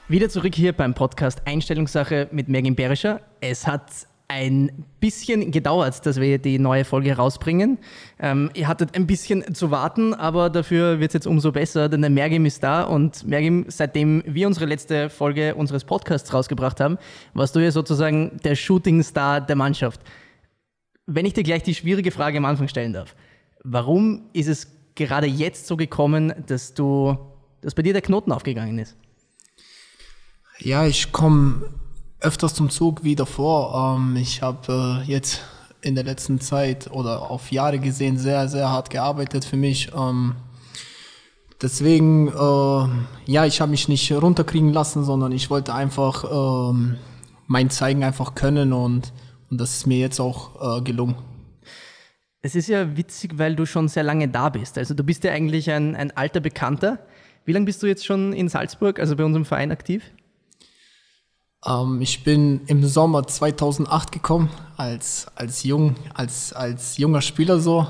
Wieder zurück hier beim Podcast Einstellungssache mit Mergin Berischer. Es hat ein bisschen gedauert, dass wir die neue Folge rausbringen. Ihr hattet ein bisschen zu warten, aber dafür wird es jetzt umso besser, denn der Mergin ist da. Und Mergin, seitdem wir unsere letzte Folge unseres Podcasts rausgebracht haben, warst du ja sozusagen der Shootingstar der Mannschaft. Wenn ich dir gleich die schwierige Frage am Anfang stellen darf, warum ist es gerade jetzt so gekommen, dass bei dir der Knoten aufgegangen ist? Ja, ich komme öfters zum Zug wie davor. Ich habe jetzt in der letzten Zeit oder auf Jahre gesehen sehr, sehr hart gearbeitet für mich. Deswegen, ich habe mich nicht runterkriegen lassen, sondern ich wollte einfach mein Zeigen einfach können und das ist mir jetzt auch gelungen. Es ist ja witzig, weil du schon sehr lange da bist. Also du bist ja eigentlich ein alter Bekannter. Wie lange bist du jetzt schon in Salzburg, also bei unserem Verein aktiv? Ich bin im Sommer 2008 gekommen, als junger Spieler so.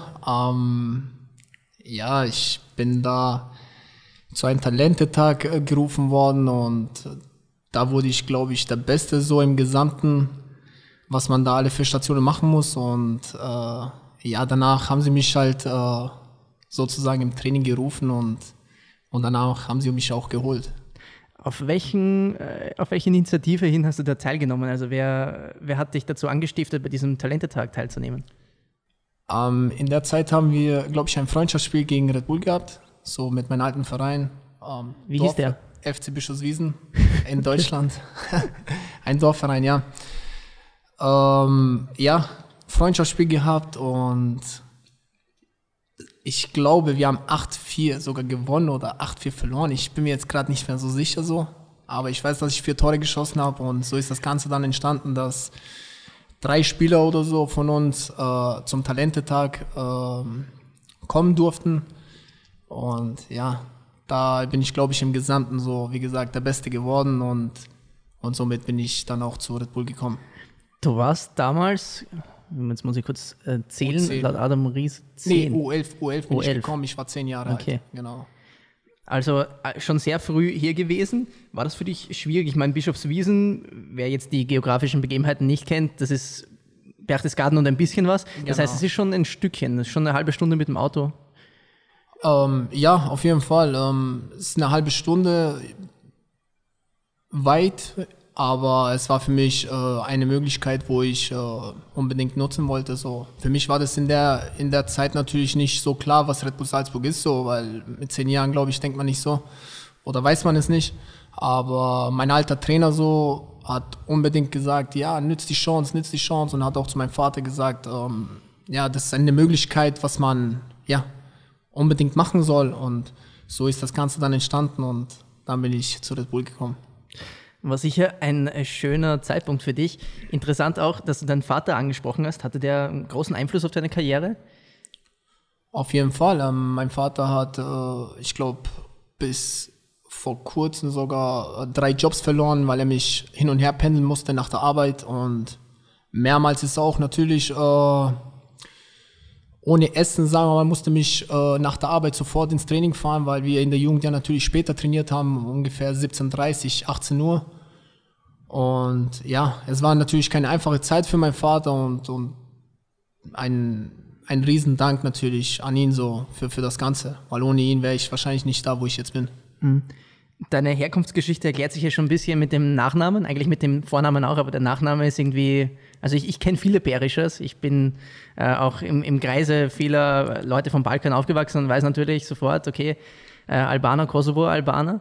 Ich bin da zu einem Talentetag gerufen worden und da wurde ich, glaube ich, der Beste so im Gesamten, was man da alle 4 Stationen machen muss. Und danach haben sie mich halt sozusagen im Training gerufen und danach haben sie mich auch geholt. Auf welche Initiative hin hast du da teilgenommen? Also wer hat dich dazu angestiftet, bei diesem Talentetag teilzunehmen? In der Zeit haben wir, glaube ich, ein Freundschaftsspiel gegen Red Bull gehabt, so mit meinem alten Verein. Wie hieß der? FC Bischofswiesen in Deutschland. Ein Dorfverein, ja. Freundschaftsspiel gehabt und ich glaube, wir haben 8-4 sogar gewonnen oder 8-4 verloren. Ich bin mir jetzt gerade nicht mehr so sicher so. Aber ich weiß, dass ich 4 Tore geschossen habe und so ist das Ganze dann entstanden, dass 3 Spieler oder so von uns zum Talentetag kommen durften. Und ja, da bin ich, glaube ich, im Gesamten so, wie gesagt, der Beste geworden und somit bin ich dann auch zu Red Bull gekommen. Du warst damals... Jetzt muss ich kurz zählen, U10. laut Adam Ries 10. Nee, U11 bin ich gekommen, ich war 10 Jahre alt. Genau. Also schon sehr früh hier gewesen. War das für dich schwierig? Ich meine, Bischofswiesen, wer jetzt die geografischen Begebenheiten nicht kennt, das ist Berchtesgaden und ein bisschen was. Das heißt, es ist schon ein Stückchen, das ist schon eine halbe Stunde mit dem Auto. Ja, auf jeden Fall. Es ist eine halbe Stunde weit, aber es war für mich eine Möglichkeit, wo ich unbedingt nutzen wollte. So. Für mich war das in der Zeit natürlich nicht so klar, was Red Bull Salzburg ist, so, weil mit 10 Jahren, glaube ich, denkt man nicht so oder weiß man es nicht. Aber mein alter Trainer so hat unbedingt gesagt, ja, nütz die Chance und hat auch zu meinem Vater gesagt, das ist eine Möglichkeit, was man unbedingt machen soll. Und so ist das Ganze dann entstanden und dann bin ich zu Red Bull gekommen. War sicher ein schöner Zeitpunkt für dich. Interessant auch, dass du deinen Vater angesprochen hast. Hatte der einen großen Einfluss auf deine Karriere? Auf jeden Fall. Mein Vater hat, ich glaube, bis vor kurzem sogar 3 Jobs verloren, weil er mich hin und her pendeln musste nach der Arbeit. Und mehrmals ist auch natürlich ohne Essen, sagen wir mal, musste mich nach der Arbeit sofort ins Training fahren, weil wir in der Jugend ja natürlich später trainiert haben, ungefähr 17:30, 18 Uhr. Und ja, es war natürlich keine einfache Zeit für meinen Vater und ein Riesendank natürlich an ihn so für das Ganze, weil ohne ihn wäre ich wahrscheinlich nicht da, wo ich jetzt bin. Deine Herkunftsgeschichte erklärt sich ja schon ein bisschen mit dem Nachnamen, eigentlich mit dem Vornamen auch, aber der Nachname ist irgendwie, also ich kenne viele Berischers, ich bin auch im Kreise vieler Leute vom Balkan aufgewachsen und weiß natürlich sofort, okay, Albaner, Kosovo-Albaner.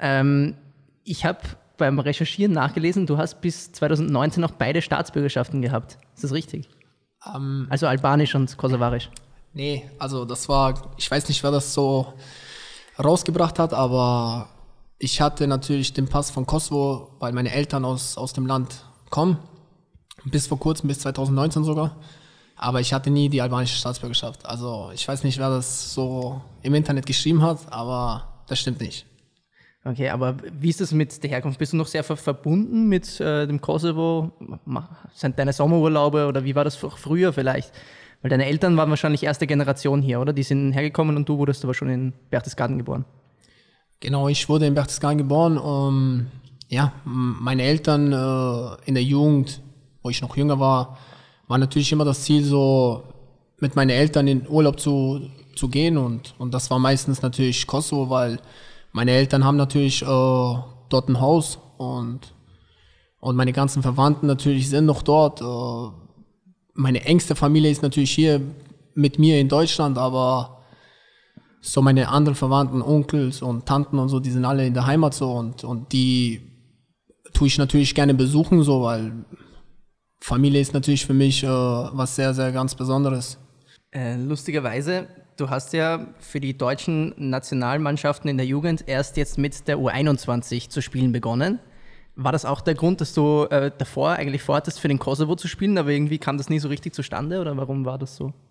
Ich habe beim Recherchieren nachgelesen, du hast bis 2019 noch beide Staatsbürgerschaften gehabt. Ist das richtig? Also albanisch und kosovarisch? Nee, also das war, ich weiß nicht, wer das so rausgebracht hat, aber ich hatte natürlich den Pass von Kosovo, weil meine Eltern aus dem Land kommen. Bis vor kurzem, bis 2019 sogar. Aber ich hatte nie die albanische Staatsbürgerschaft. Also ich weiß nicht, wer das so im Internet geschrieben hat, aber das stimmt nicht. Okay, aber wie ist das mit der Herkunft? Bist du noch sehr verbunden mit dem Kosovo? Sind deine Sommerurlaube oder wie war das früher vielleicht? Weil deine Eltern waren wahrscheinlich erste Generation hier, oder? Die sind hergekommen und du wurdest aber schon in Berchtesgaden geboren. Genau, ich wurde in Berchtesgaden geboren. Ja, meine Eltern in der Jugend, wo ich noch jünger war natürlich immer das Ziel, so mit meinen Eltern in Urlaub zu gehen und das war meistens natürlich Kosovo, weil meine Eltern haben natürlich dort ein Haus und meine ganzen Verwandten natürlich sind noch dort. Meine engste Familie ist natürlich hier mit mir in Deutschland, aber so meine anderen Verwandten, Onkels und Tanten und so, die sind alle in der Heimat so und die tue ich natürlich gerne besuchen, so, weil Familie ist natürlich für mich was sehr, sehr ganz Besonderes. Lustigerweise, du hast ja für die deutschen Nationalmannschaften in der Jugend erst jetzt mit der U21 zu spielen begonnen. War das auch der Grund, dass du davor eigentlich vorhattest, für den Kosovo zu spielen, aber irgendwie kam das nie so richtig zustande oder warum war das so?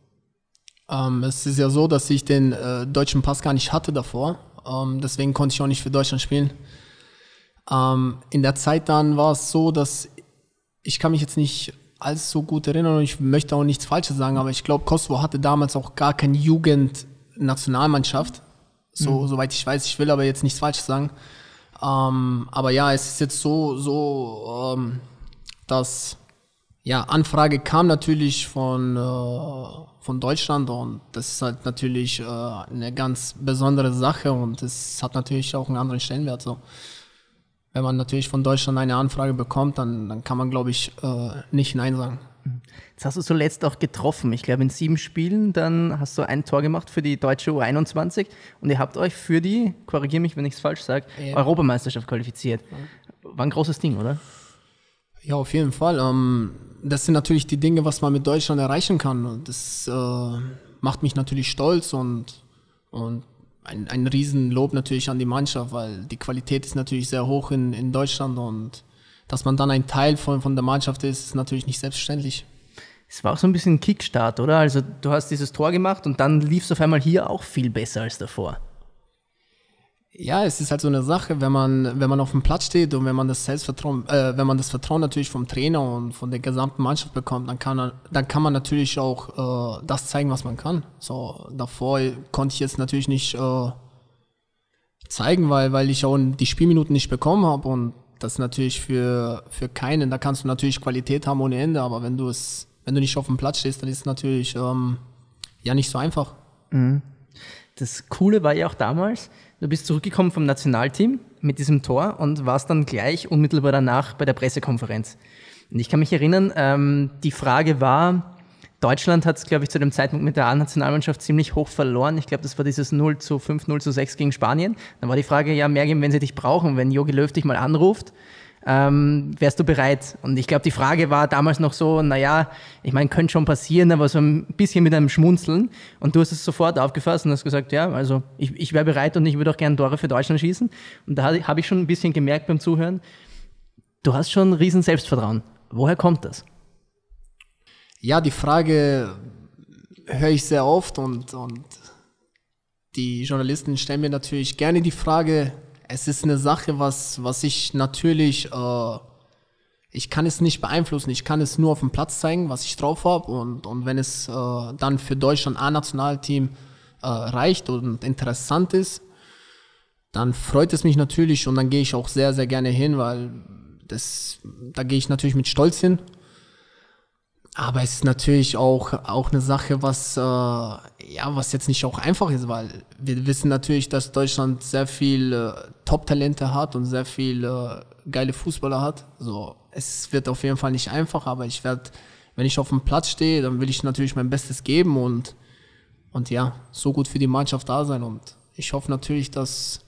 Es ist ja so, dass ich den deutschen Pass gar nicht hatte davor. Deswegen konnte ich auch nicht für Deutschland spielen. In der Zeit dann war es so, dass ich kann mich jetzt nicht allzu gut erinnern und ich möchte auch nichts Falsches sagen, aber ich glaube, Kosovo hatte damals auch gar keine Jugendnationalmannschaft. Soweit ich weiß, ich will aber jetzt nichts Falsches sagen. Aber ja, es ist jetzt so dass Anfrage kam natürlich von Deutschland und das ist halt natürlich eine ganz besondere Sache und es hat natürlich auch einen anderen Stellenwert. So. Wenn man natürlich von Deutschland eine Anfrage bekommt, dann kann man, glaube ich, nicht Nein sagen. Jetzt hast du zuletzt auch getroffen. Ich glaube, in 7 Spielen, dann hast du ein Tor gemacht für die deutsche U21 und ihr habt euch für die, korrigiere mich, wenn ich es falsch sage, Europameisterschaft qualifiziert. War ein großes Ding, oder? Ja, auf jeden Fall. Das sind natürlich die Dinge, was man mit Deutschland erreichen kann. Und das macht mich natürlich stolz und ein Riesenlob natürlich an die Mannschaft, weil die Qualität ist natürlich sehr hoch in Deutschland und dass man dann ein Teil von der Mannschaft ist natürlich nicht selbstverständlich. Es war auch so ein bisschen ein Kickstart, oder? Also du hast dieses Tor gemacht und dann lief es auf einmal hier auch viel besser als davor. Ja, es ist halt so eine Sache, wenn man auf dem Platz steht und wenn man das Selbstvertrauen, wenn man das Vertrauen natürlich vom Trainer und von der gesamten Mannschaft bekommt, dann kann man natürlich auch das zeigen, was man kann. So, davor konnte ich jetzt natürlich nicht zeigen, weil ich auch die Spielminuten nicht bekommen habe und das ist natürlich für keinen, da kannst du natürlich Qualität haben ohne Ende, aber wenn du nicht auf dem Platz stehst, dann ist es natürlich nicht so einfach. Mhm. Das Coole war ja auch damals, du bist zurückgekommen vom Nationalteam mit diesem Tor und warst dann gleich unmittelbar danach bei der Pressekonferenz. Und ich kann mich erinnern, die Frage war, Deutschland hat es, glaube ich, zu dem Zeitpunkt mit der A-Nationalmannschaft ziemlich hoch verloren. Ich glaube, das war dieses 0:5, 0:6 gegen Spanien. Dann war die Frage, ja, Mergim, wenn sie dich brauchen, wenn Jogi Löw dich mal anruft, wärst du bereit? Und ich glaube, die Frage war damals noch so, naja, ich meine, könnte schon passieren, aber so ein bisschen mit einem Schmunzeln. Und du hast es sofort aufgefasst und hast gesagt, ja, also ich wäre bereit und ich würde auch gerne Tore für Deutschland schießen. Und da habe ich schon ein bisschen gemerkt beim Zuhören, du hast schon ein riesen Selbstvertrauen. Woher kommt das? Ja, die Frage höre ich sehr oft und die Journalisten stellen mir natürlich gerne die Frage. Es ist eine Sache, was ich natürlich, ich kann es nicht beeinflussen, ich kann es nur auf dem Platz zeigen, was ich drauf habe und wenn es dann für Deutschland A-Nationalteam reicht und interessant ist, dann freut es mich natürlich und dann gehe ich auch sehr, sehr gerne hin, weil da gehe ich natürlich mit Stolz hin. Aber es ist natürlich auch eine Sache, was jetzt nicht auch einfach ist, weil wir wissen natürlich, dass Deutschland sehr viel Top-Talente hat und sehr viel geile Fußballer hat. So, es wird auf jeden Fall nicht einfach, aber wenn ich auf dem Platz stehe, dann will ich natürlich mein Bestes geben und so gut für die Mannschaft da sein. Und ich hoffe natürlich, dass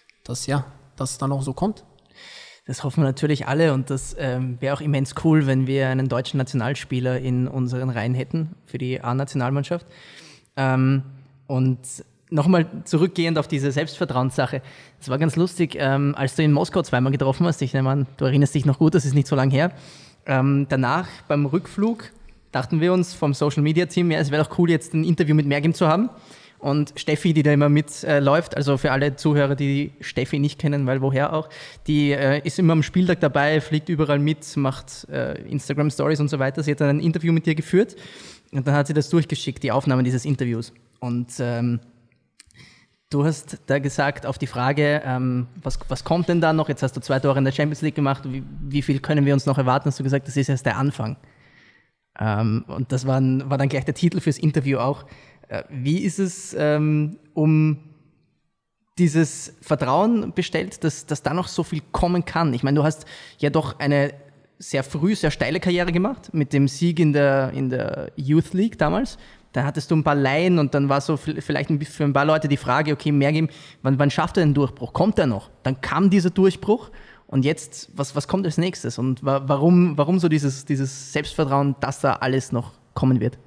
es dann auch so kommt. Das hoffen wir natürlich alle und das wäre auch immens cool, wenn wir einen deutschen Nationalspieler in unseren Reihen hätten für die A-Nationalmannschaft. Und nochmal zurückgehend auf diese Selbstvertrauenssache. Es war ganz lustig, als du in Moskau zweimal getroffen hast, ich nehme an, du erinnerst dich noch gut, das ist nicht so lange her. Danach beim Rückflug dachten wir uns vom Social-Media-Team, ja, es wäre doch cool, jetzt ein Interview mit Mergim zu haben. Und Steffi, die da immer mitläuft, also für alle Zuhörer, die Steffi nicht kennen, weil woher auch, die ist immer am Spieltag dabei, fliegt überall mit, macht Instagram-Stories und so weiter. Sie hat dann ein Interview mit dir geführt und dann hat sie das durchgeschickt, die Aufnahme dieses Interviews. Und Du hast da gesagt, auf die Frage, was kommt denn da noch? Jetzt hast du 2 Tore in der Champions League gemacht. Wie viel können wir uns noch erwarten? Hast du gesagt, das ist erst der Anfang. Und das war dann gleich der Titel fürs Interview auch. Wie ist es um dieses Vertrauen bestellt, dass da noch so viel kommen kann? Ich meine, du hast ja doch eine sehr früh, sehr steile Karriere gemacht mit dem Sieg in der Youth League damals. Dann hattest du ein paar Leihen und dann war so vielleicht für ein paar Leute die Frage, okay, Mergim, wann schafft er den Durchbruch? Kommt er noch? Dann kam dieser Durchbruch und jetzt, was kommt als nächstes? Und warum so dieses Selbstvertrauen, dass da alles noch kommen wird?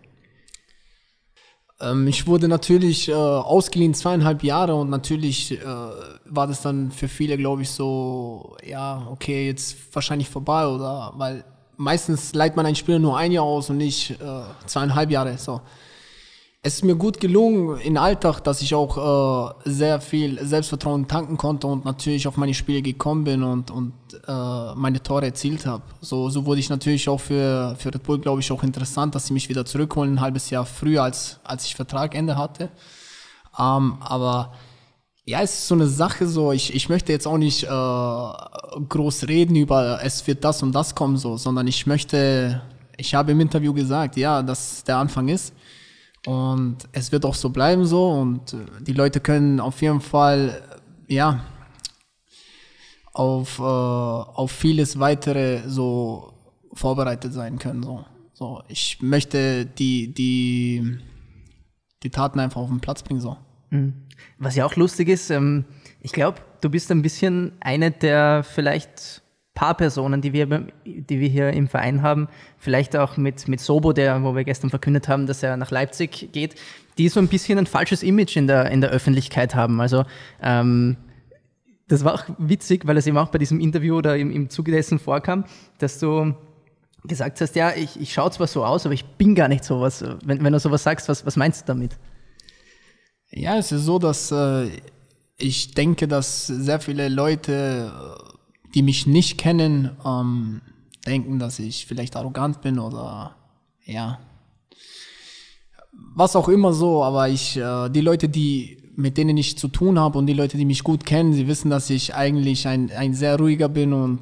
Ich wurde natürlich ausgeliehen 2,5 Jahre und natürlich war das dann für viele, glaube ich, so, ja, okay, jetzt wahrscheinlich vorbei oder, weil meistens leiht man einen Spieler nur 1 Jahr aus und nicht 2,5 Jahre, so. Es ist mir gut gelungen im Alltag, dass ich auch sehr viel Selbstvertrauen tanken konnte und natürlich auf meine Spiele gekommen bin und meine Tore erzielt habe. So wurde ich natürlich auch für Red Bull, glaube ich, auch interessant, dass sie mich wieder zurückholen, ein halbes Jahr früher, als ich Vertragende hatte. Aber ja, es ist so eine Sache, so ich möchte jetzt auch nicht groß reden über, es wird das und das kommen, so, sondern ich habe im Interview gesagt, ja, dass der Anfang ist. Und es wird auch so bleiben so und die Leute können auf jeden Fall, ja, auf vieles weitere so vorbereitet sein können. So. Ich möchte die Taten einfach auf den Platz bringen. So. Was ja auch lustig ist, ich glaube, du bist ein bisschen eine der vielleicht paar Personen, die wir hier im Verein haben, vielleicht auch mit Sobo, wo wir gestern verkündet haben, dass er nach Leipzig geht, die so ein bisschen ein falsches Image in der Öffentlichkeit haben. Also das war auch witzig, weil es eben auch bei diesem Interview oder im Zuge dessen vorkam, dass du gesagt hast, ja, ich schaue zwar so aus, aber ich bin gar nicht sowas. Wenn du sowas sagst, was meinst du damit? Ja, es ist so, dass ich denke, dass sehr viele Leute, die mich nicht kennen, denken, dass ich vielleicht arrogant bin oder ja, was auch immer so, aber die Leute, mit denen ich zu tun habe und die Leute, die mich gut kennen, sie wissen, dass ich eigentlich ein sehr ruhiger bin und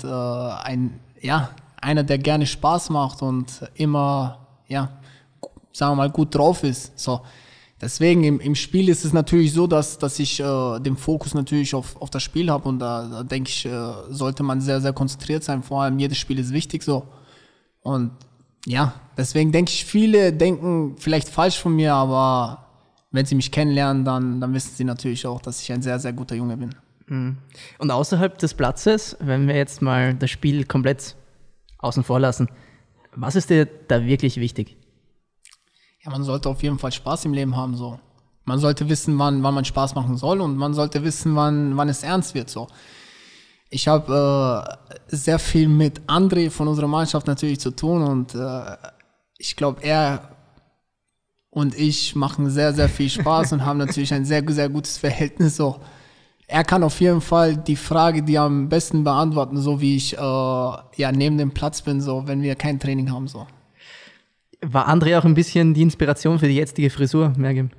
einer, der gerne Spaß macht und immer, ja, sagen wir mal, gut drauf ist, so. Deswegen im Spiel ist es natürlich so, dass ich den Fokus natürlich auf das Spiel habe und da denke ich, sollte man sehr, sehr konzentriert sein. Vor allem jedes Spiel ist wichtig so. Und ja, deswegen denke ich, viele denken vielleicht falsch von mir, aber wenn sie mich kennenlernen, dann wissen sie natürlich auch, dass ich ein sehr, sehr guter Junge bin. Und außerhalb des Platzes, wenn wir jetzt mal das Spiel komplett außen vor lassen, was ist dir da wirklich wichtig? Ja, man sollte auf jeden Fall Spaß im Leben haben, so. Man sollte wissen, wann man Spaß machen soll und man sollte wissen, wann es ernst wird, so. Ich habe sehr viel mit André von unserer Mannschaft natürlich zu tun und ich glaube, er und ich machen sehr, sehr viel Spaß und haben natürlich ein sehr, sehr gutes Verhältnis, so. Er kann auf jeden Fall die Frage, die am besten beantworten, so wie ich neben dem Platz bin, so, wenn wir kein Training haben, so. War André auch ein bisschen die Inspiration für die jetzige Frisur, Mergim?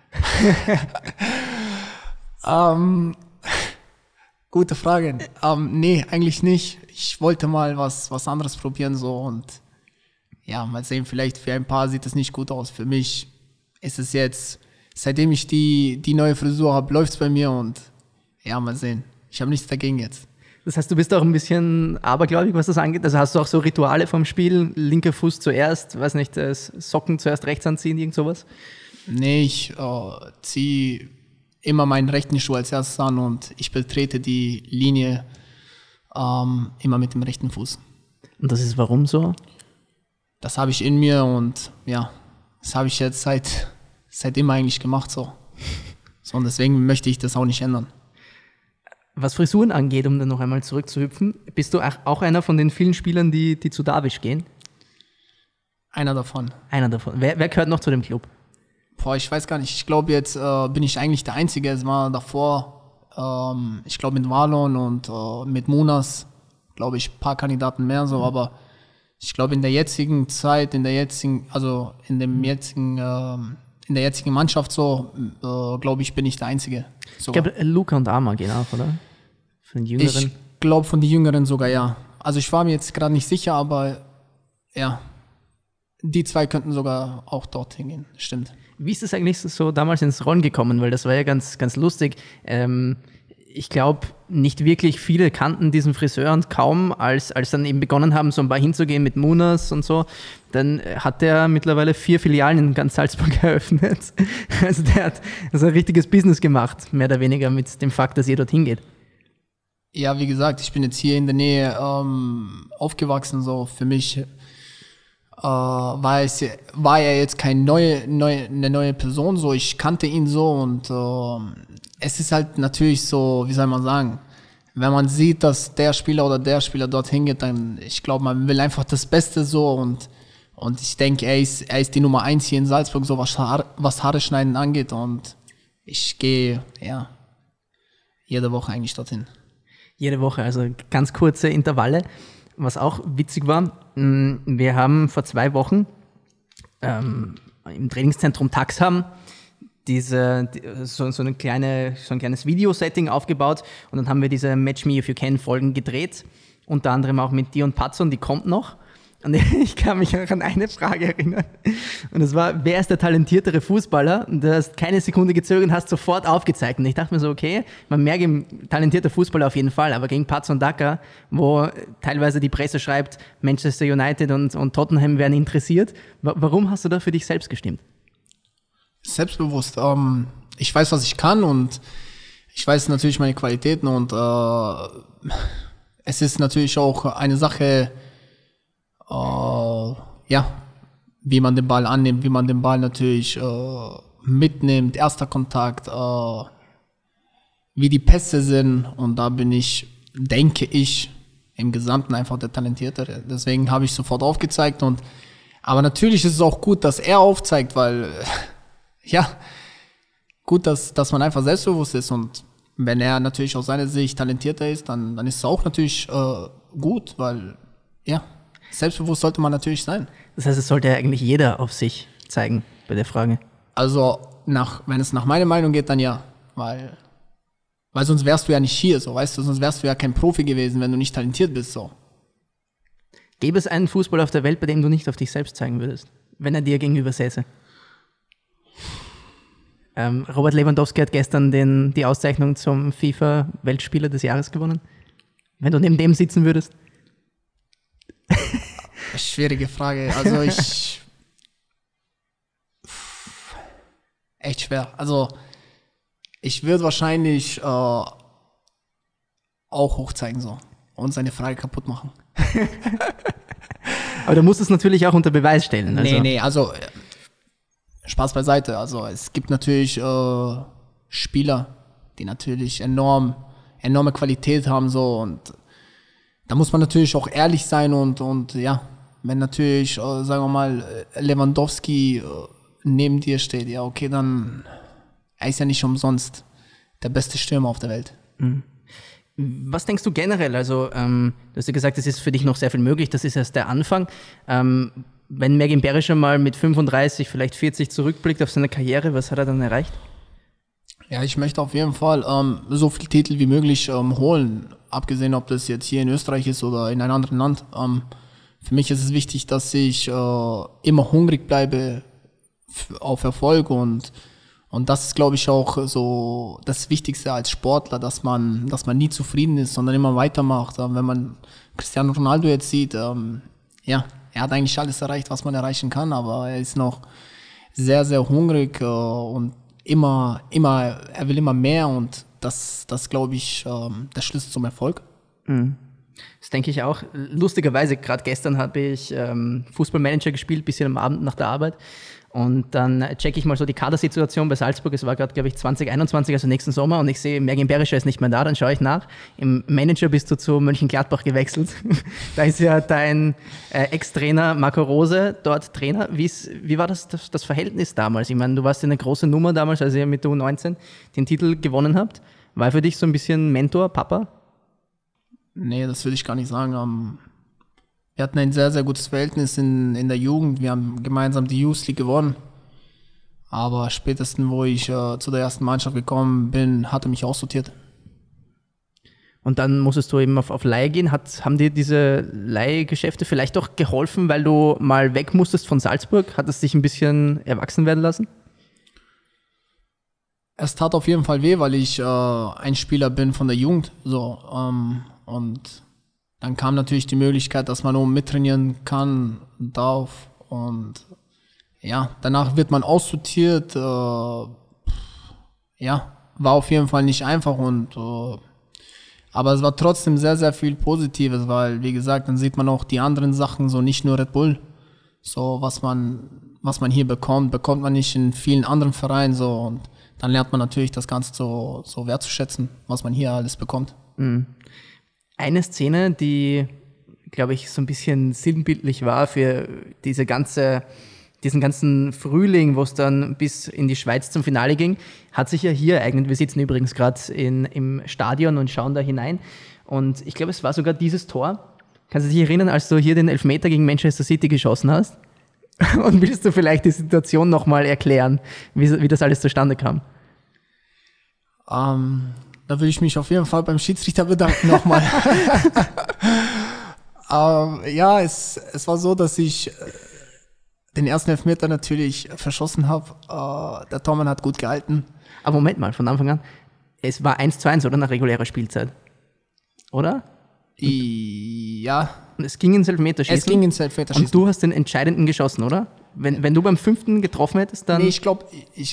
Gute Frage. Nee, eigentlich nicht. Ich wollte mal was anderes probieren so und ja, mal sehen, vielleicht für ein paar sieht es nicht gut aus. Für mich ist es jetzt, seitdem ich die neue Frisur habe, läuft es bei mir und ja, mal sehen. Ich habe nichts dagegen jetzt. Das heißt, du bist auch ein bisschen abergläubig, was das angeht. Also hast du auch so Rituale vom Spiel, linker Fuß zuerst, weiß nicht, Socken zuerst rechts anziehen, irgend sowas? Nee, ich ziehe immer meinen rechten Schuh als erstes an und ich betrete die Linie immer mit dem rechten Fuß. Und das ist warum so? Das habe ich in mir und ja, das habe ich jetzt seit immer eigentlich gemacht so. Und deswegen möchte ich das auch nicht ändern. Was Frisuren angeht, um dann noch einmal zurückzuhüpfen, bist du auch einer von den vielen Spielern, die zu Davisch gehen? Einer davon. Einer davon. Wer gehört noch zu dem Club? Boah, ich weiß gar nicht. Ich glaube, jetzt bin ich eigentlich der Einzige. Es war davor, ich glaube mit Marlon und mit Munas, glaube ich, ein paar Kandidaten mehr so, aber ich glaube in der jetzigen Zeit, in dem jetzigen in der jetzigen Mannschaft so, glaube ich, bin ich der Einzige. Sogar. Ich glaube, Luca und Amar gehen auch, oder? Von den Jüngeren? Ich glaube, von den Jüngeren sogar, ja. Also ich war mir jetzt gerade nicht sicher, aber ja, die zwei könnten sogar auch dorthin gehen, stimmt. Wie ist es eigentlich so damals ins Rollen gekommen? Weil das war ja ganz, ganz lustig. Ich glaube, nicht wirklich viele kannten diesen Friseur und kaum, als dann eben begonnen haben, so ein paar hinzugehen mit Munas und so, dann hat der mittlerweile 4 Filialen in ganz Salzburg eröffnet. Also der hat also ein richtiges Business gemacht, mehr oder weniger mit dem Fakt, dass ihr dorthin geht. Ja, wie gesagt, ich bin jetzt hier in der Nähe aufgewachsen, so für mich war er jetzt keine neue Person, so ich kannte ihn so und es ist halt natürlich so, wie soll man sagen, wenn man sieht, dass der Spieler oder der Spieler dorthin geht, dann, ich glaube, man will einfach das Beste so und ich denke, er ist die Nummer 1 hier in Salzburg, so was Haare schneiden angeht und ich gehe, ja, jede Woche eigentlich dorthin. Jede Woche, also ganz kurze Intervalle. Was auch witzig war, wir haben vor 2 Wochen im Trainingszentrum Taxham so ein kleines Videosetting aufgebaut und dann haben wir diese Match Me If You Can Folgen gedreht, unter anderem auch mit dir und Patson, die kommt noch. Und ich kann mich auch an eine Frage erinnern. Und das war, wer ist der talentiertere Fußballer? Und du hast keine Sekunde gezögert und hast sofort aufgezeigt. Und ich dachte mir so, okay, man merkt, talentierter Fußballer auf jeden Fall, aber gegen Patson Daka, wo teilweise die Presse schreibt, Manchester United und Tottenham werden interessiert. Warum hast du da für dich selbst gestimmt? Selbstbewusst. Ich weiß, was ich kann und ich weiß natürlich meine Qualitäten und es ist natürlich auch eine Sache, wie man den Ball annimmt, wie man den Ball natürlich mitnimmt, erster Kontakt, wie die Pässe sind und da bin ich, denke ich, im Gesamten einfach der Talentiertere. Deswegen habe ich sofort aufgezeigt aber natürlich ist es auch gut, dass er aufzeigt, weil gut, dass man einfach selbstbewusst ist und wenn er natürlich aus seiner Sicht talentierter ist, dann ist es auch natürlich gut, weil selbstbewusst sollte man natürlich sein. Das heißt, es sollte ja eigentlich jeder auf sich zeigen bei der Frage. Also, wenn es nach meiner Meinung geht, dann ja. Weil sonst wärst du ja nicht hier, so, weißt du, sonst wärst du ja kein Profi gewesen, wenn du nicht talentiert bist, so. Gäbe es einen Fußballer auf der Welt, bei dem du nicht auf dich selbst zeigen würdest, wenn er dir gegenüber säße? Robert Lewandowski hat gestern die Auszeichnung zum FIFA-Weltspieler des Jahres gewonnen. Wenn du neben dem sitzen würdest? Schwierige Frage. Also echt schwer. Also ich würde wahrscheinlich auch hochzeigen so und seine Frage kaputt machen. Aber du musst es natürlich auch unter Beweis stellen. Also. Nee, also Spaß beiseite. Also es gibt natürlich Spieler, die natürlich enorme Qualität haben so und da muss man natürlich auch ehrlich sein und ja, wenn natürlich, sagen wir mal, Lewandowski neben dir steht, ja okay, dann er ist ja nicht umsonst der beste Stürmer auf der Welt. Mhm. Was denkst du generell? Also du hast ja gesagt, es ist für dich noch sehr viel möglich, das ist erst der Anfang. Wenn Mergin Berischer mal mit 35, vielleicht 40 zurückblickt auf seine Karriere, was hat er dann erreicht? Ja, ich möchte auf jeden Fall so viele Titel wie möglich holen, abgesehen, ob das jetzt hier in Österreich ist oder in einem anderen Land. Für mich ist es wichtig, dass ich immer hungrig bleibe auf Erfolg und das ist, glaube ich, auch so das Wichtigste als Sportler, dass man nie zufrieden ist, sondern immer weitermacht. Wenn man Cristiano Ronaldo jetzt sieht, er hat eigentlich alles erreicht, was man erreichen kann, aber er ist noch sehr, sehr hungrig und er will immer mehr und das glaube ich, der Schlüssel zum Erfolg. Mhm. Das denke ich auch. Lustigerweise, gerade gestern habe ich Fußballmanager gespielt, bisschen am Abend nach der Arbeit. Und dann checke ich mal so die Kadersituation bei Salzburg. Es war gerade, glaube ich, 2021, also nächsten Sommer. Und ich sehe, Mergin Berischer ist nicht mehr da. Dann schaue ich nach. Im Manager bist du zu Mönchengladbach gewechselt. Da ist ja dein Ex-Trainer Marco Rose dort Trainer. Wie war das Verhältnis damals? Ich meine, du warst ja eine große Nummer damals, als ihr mit der U19 den Titel gewonnen habt. War für dich so ein bisschen Mentor, Papa? Nee, das würde ich gar nicht sagen. Wir hatten ein sehr, sehr gutes Verhältnis in der Jugend. Wir haben gemeinsam die Youth League gewonnen. Aber spätestens, wo ich zu der ersten Mannschaft gekommen bin, hat er mich aussortiert. Und dann musstest du eben auf Leihe gehen. Haben dir diese Leihgeschäfte vielleicht auch geholfen, weil du mal weg musstest von Salzburg? Hat es dich ein bisschen erwachsen werden lassen? Es tat auf jeden Fall weh, weil ich ein Spieler bin von der Jugend. So, und dann kam natürlich die Möglichkeit, dass man oben mittrainieren kann, darf. Und ja, danach wird man aussortiert. War auf jeden Fall nicht einfach. Aber es war trotzdem sehr, sehr viel Positives, weil, wie gesagt, dann sieht man auch die anderen Sachen, so nicht nur Red Bull. So, was man hier bekommt man nicht in vielen anderen Vereinen. So, und dann lernt man natürlich das Ganze so wertzuschätzen, was man hier alles bekommt. Eine Szene, die, glaube ich, so ein bisschen sinnbildlich war für diesen ganzen Frühling, wo es dann bis in die Schweiz zum Finale ging, hat sich ja hier ereignet. Wir sitzen übrigens gerade im Stadion und schauen da hinein. Und ich glaube, es war sogar dieses Tor. Kannst du dich erinnern, als du hier den Elfmeter gegen Manchester City geschossen hast? Und willst du vielleicht die Situation nochmal erklären, wie das alles zustande kam? Da will ich mich auf jeden Fall beim Schiedsrichter bedanken nochmal. Es war so, dass ich den ersten Elfmeter natürlich verschossen habe. Der Tormann hat gut gehalten. Aber Moment mal, von Anfang an, es war 1:1, oder, nach regulärer Spielzeit? Oder? Ja. Und es ging ins Elfmeterschießen. Es ging ins Elfmeterschießen. Und du hast den entscheidenden geschossen, oder? Wenn du beim 5. getroffen hättest, dann... Nee, ich glaube, es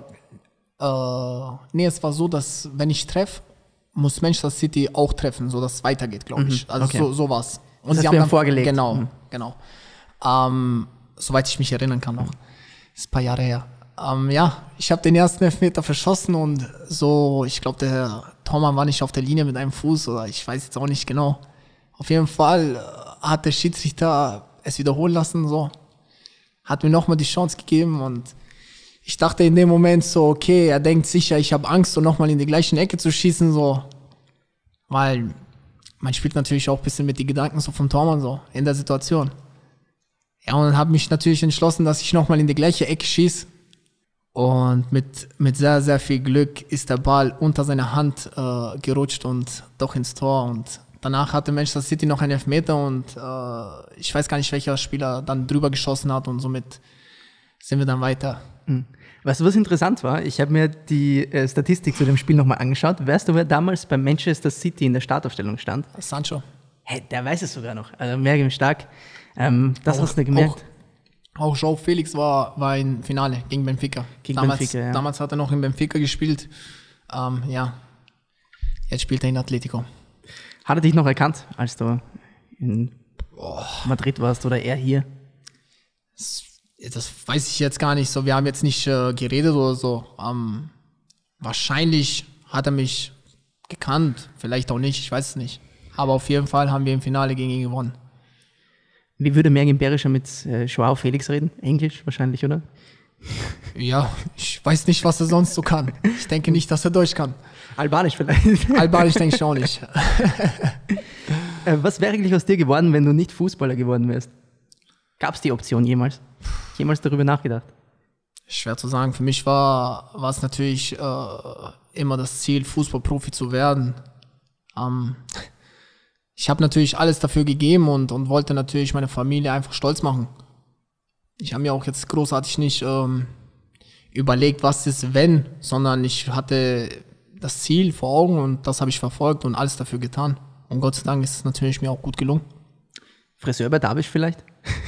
war so, dass wenn ich treffe, muss Manchester City auch treffen, so dass es weitergeht, glaube ich. Also okay. so war's. Und das sie hast haben dann vorgelegt. Genau. Soweit ich mich erinnern kann noch. Das ist ein paar Jahre her. Ich habe den ersten Elfmeter verschossen und so, ich glaube, der Tormann war nicht auf der Linie mit einem Fuß oder ich weiß jetzt auch nicht genau. Auf jeden Fall hat der Schiedsrichter es wiederholen lassen, so. Hat mir nochmal die Chance gegeben und ich dachte in dem Moment so, okay, er denkt sicher, ich habe Angst, so nochmal in die gleiche Ecke zu schießen, so. Weil man spielt natürlich auch ein bisschen mit den Gedanken so vom Tormann, so, in der Situation. Ja, und dann habe ich natürlich entschlossen, dass ich nochmal in die gleiche Ecke schieße. Und mit sehr, sehr viel Glück ist der Ball unter seiner Hand gerutscht und doch ins Tor. Und danach hatte Manchester City noch einen Elfmeter und ich weiß gar nicht, welcher Spieler dann drüber geschossen hat und somit sind wir dann weiter. Weißt du, was interessant war? Ich habe mir die Statistik zu dem Spiel nochmal angeschaut. Weißt du, wer damals bei Manchester City in der Startaufstellung stand? Sancho. Hey, der weiß es sogar noch. Also mehr stark. Das hast du gemerkt. Auch João Felix war im Finale gegen Benfica. Damals hat er noch in Benfica gespielt. Jetzt spielt er in Atletico. Hat er dich noch erkannt, als du in Madrid warst oder er hier? Das weiß ich jetzt gar nicht so. Wir haben jetzt nicht geredet oder so. Wahrscheinlich hat er mich gekannt, vielleicht auch nicht, ich weiß es nicht. Aber auf jeden Fall haben wir im Finale gegen ihn gewonnen. Wie würde Mergin Berisha mit João Felix reden? Englisch wahrscheinlich, oder? Ja, ich weiß nicht, was er sonst so kann. Ich denke nicht, dass er Deutsch kann. Albanisch vielleicht. Albanisch denke ich auch nicht. Was wäre eigentlich aus dir geworden, wenn du nicht Fußballer geworden wärst? Gab es die Option jemals? Jemals darüber nachgedacht? Schwer zu sagen. Für mich war es natürlich immer das Ziel, Fußballprofi zu werden. Ich habe natürlich alles dafür gegeben und wollte natürlich meine Familie einfach stolz machen. Ich habe mir auch jetzt großartig nicht überlegt, was ist wenn, sondern ich hatte das Ziel vor Augen und das habe ich verfolgt und alles dafür getan. Und Gott sei Dank ist es natürlich mir auch gut gelungen. Friseur bei Dabisch vielleicht?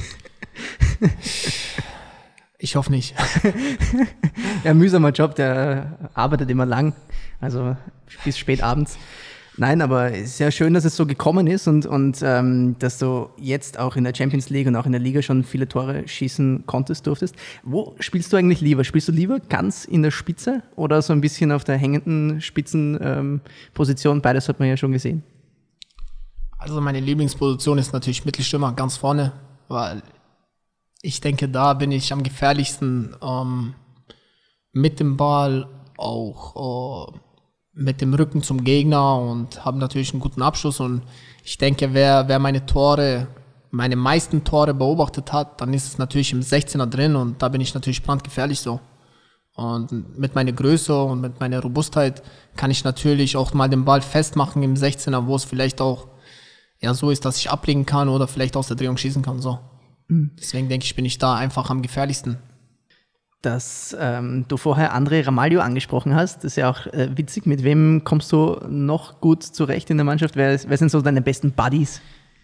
Ich hoffe nicht. Ja, mühsamer Job, der arbeitet immer lang, also bis spät abends. Nein, aber es ist ja schön, dass es so gekommen ist und dass du jetzt auch in der Champions League und auch in der Liga schon viele Tore schießen durftest. Wo spielst du eigentlich lieber? Spielst du lieber ganz in der Spitze oder so ein bisschen auf der hängenden Spitzenposition? Beides hat man ja schon gesehen. Also meine Lieblingsposition ist natürlich Mittelstürmer, ganz vorne, weil ich denke, da bin ich am gefährlichsten mit dem Ball, auch mit dem Rücken zum Gegner und habe natürlich einen guten Abschluss. Und ich denke, wer meine meisten Tore beobachtet hat, dann ist es natürlich im 16er drin und da bin ich natürlich brandgefährlich so. Und mit meiner Größe und mit meiner Robustheit kann ich natürlich auch mal den Ball festmachen im 16er, wo es vielleicht auch so ist, dass ich ablegen kann oder vielleicht aus der Drehung schießen kann. So. Deswegen denke ich, bin ich da einfach am gefährlichsten. Dass du vorher André Ramalho angesprochen hast, das ist ja auch witzig. Mit wem kommst du noch gut zurecht in der Mannschaft? Wer sind so deine besten Buddies?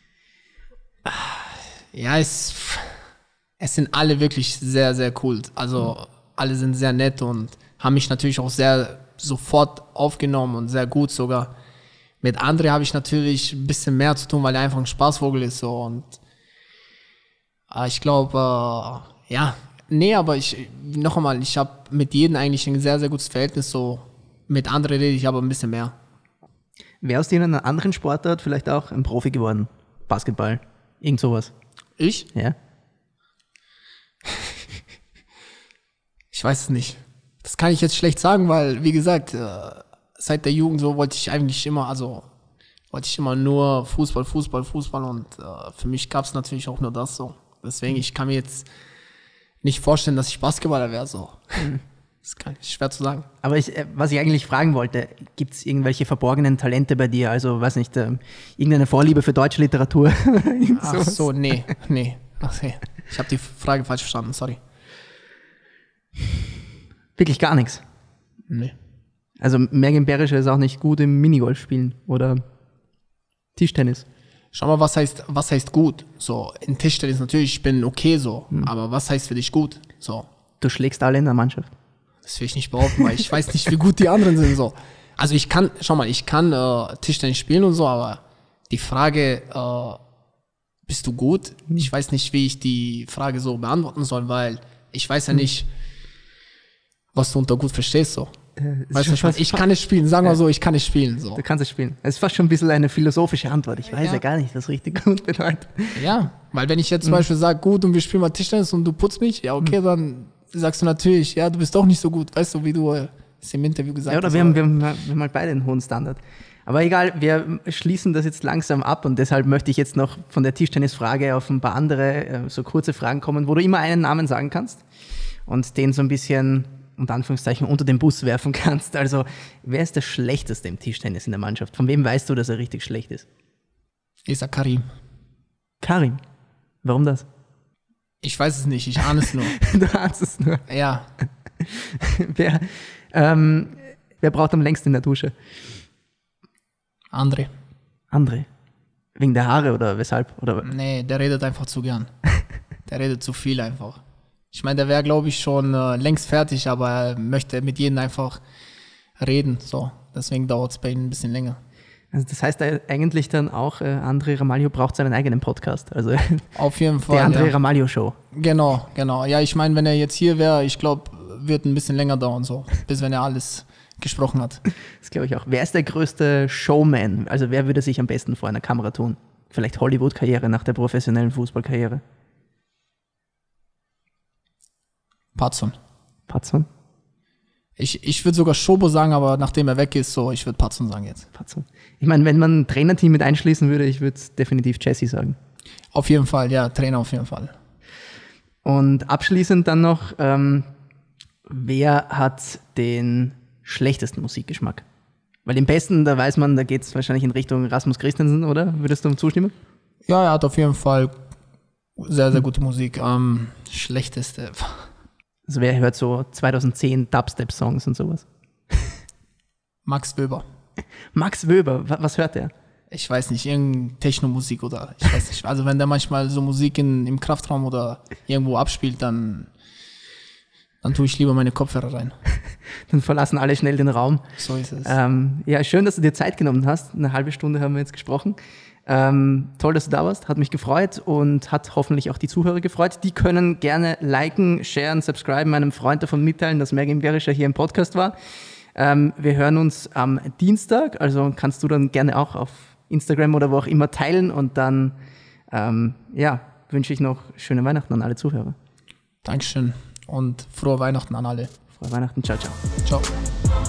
Ja, es sind alle wirklich sehr, sehr cool. Also alle sind sehr nett und haben mich natürlich auch sehr sofort aufgenommen und sehr gut sogar. Mit André habe ich natürlich ein bisschen mehr zu tun, weil er einfach ein Spaßvogel ist. So. Und ich glaube, aber noch einmal, ich habe mit jedem eigentlich ein sehr, sehr gutes Verhältnis. So. Mit André rede ich aber ein bisschen mehr. Wer aus dir in einer anderen Sportart vielleicht auch ein Profi geworden? Basketball, irgend sowas? Ich? Ja. Ich weiß es nicht. Das kann ich jetzt schlecht sagen, weil, wie gesagt, seit der Jugend so wollte ich immer nur Fußball und für mich gab es natürlich auch nur das so. Deswegen, ich kann mir jetzt nicht vorstellen, dass ich Basketballer wäre so. Das ist schwer zu sagen. Aber was ich eigentlich fragen wollte, gibt es irgendwelche verborgenen Talente bei dir? Also, weiß nicht, irgendeine Vorliebe für deutsche Literatur? Ach so, nee. Okay. Ich habe die Frage falsch verstanden, sorry. Wirklich gar nichts? Nee. Also Mergin Berischer ist auch nicht gut im Minigolf spielen oder Tischtennis? Schau mal, was heißt gut? So, in Tischtennis natürlich, ich bin okay so, aber was heißt für dich gut? So. Du schlägst alle in der Mannschaft. Das will ich nicht behaupten, weil ich weiß nicht, wie gut die anderen sind. So. Also ich kann Tischtennis spielen und so, aber die Frage, bist du gut? Ich weiß nicht, wie ich die Frage so beantworten soll, weil ich weiß ja nicht, was du unter gut verstehst. So. Weißt du, ich kann es spielen, sagen wir so, ich kann es spielen. So. Du kannst es spielen. Es ist fast schon ein bisschen eine philosophische Antwort. Ich weiß ja gar nicht, was richtig gut bedeutet. Ja, weil wenn ich jetzt zum Beispiel sage, gut, und wir spielen mal Tischtennis und du putzt mich, ja okay, dann sagst du natürlich, ja, du bist doch nicht so gut, weißt du, wie du es im Interview gesagt hast. Ja, oder wir haben halt beide einen hohen Standard. Aber egal, wir schließen das jetzt langsam ab und deshalb möchte ich jetzt noch von der Tischtennisfrage auf ein paar andere so kurze Fragen kommen, wo du immer einen Namen sagen kannst und den so ein bisschen, unter Anführungszeichen, unter den Bus werfen kannst. Also, wer ist der Schlechteste im Tischtennis in der Mannschaft? Von wem weißt du, dass er richtig schlecht ist? Ich sag Karim. Karim? Warum das? Ich weiß es nicht, ich ahne es nur. Du ahnst es nur? Ja. Wer braucht am längsten in der Dusche? André. Wegen der Haare oder weshalb? Oder? Nee, der redet einfach zu gern. Der redet zu viel einfach. Ich meine, der wäre, glaube ich, schon längst fertig, aber er möchte mit jedem einfach reden. So, deswegen dauert es bei ihm ein bisschen länger. Also das heißt eigentlich dann auch, André Ramalho braucht seinen eigenen Podcast. Also auf jeden Fall. Der André Ramalho Show. Genau. Ja, ich meine, wenn er jetzt hier wäre, ich glaube, wird ein bisschen länger dauern, so, bis wenn er alles gesprochen hat. Das glaube ich auch. Wer ist der größte Showman? Also wer würde sich am besten vor einer Kamera tun? Vielleicht Hollywood-Karriere nach der professionellen Fußballkarriere? Patson. Ich würde sogar Schobo sagen, aber nachdem er weg ist, so, ich würde Patson sagen jetzt. Patson. Ich meine, wenn man ein Trainerteam mit einschließen würde, ich würde definitiv Jesse sagen. Auf jeden Fall, ja, Trainer auf jeden Fall. Und abschließend dann noch, wer hat den schlechtesten Musikgeschmack? Weil den besten, da weiß man, da geht es wahrscheinlich in Richtung Rasmus Christensen, oder? Würdest du ihm zustimmen? Ja, er hat auf jeden Fall sehr, sehr gute Musik. Schlechteste. Also wer hört so 2010 Dubstep-Songs und sowas? Max Wöber. Max Wöber, was hört der? Ich weiß nicht, irgendeine Techno-Musik oder ich weiß nicht. Also wenn der manchmal so Musik im Kraftraum oder irgendwo abspielt, dann tue ich lieber meine Kopfhörer rein. Dann verlassen alle schnell den Raum. So ist es. Ja, schön, dass du dir Zeit genommen hast. Eine halbe Stunde haben wir jetzt gesprochen. Toll, dass du da warst. Hat mich gefreut und hat hoffentlich auch die Zuhörer gefreut. Die können gerne liken, sharen, subscriben, einem Freund davon mitteilen, dass Mergin Berischer hier im Podcast war. Wir hören uns am Dienstag, also kannst du dann gerne auch auf Instagram oder wo auch immer teilen und dann wünsche ich noch schöne Weihnachten an alle Zuhörer. Dankeschön und frohe Weihnachten an alle. Frohe Weihnachten, ciao, ciao. Ciao.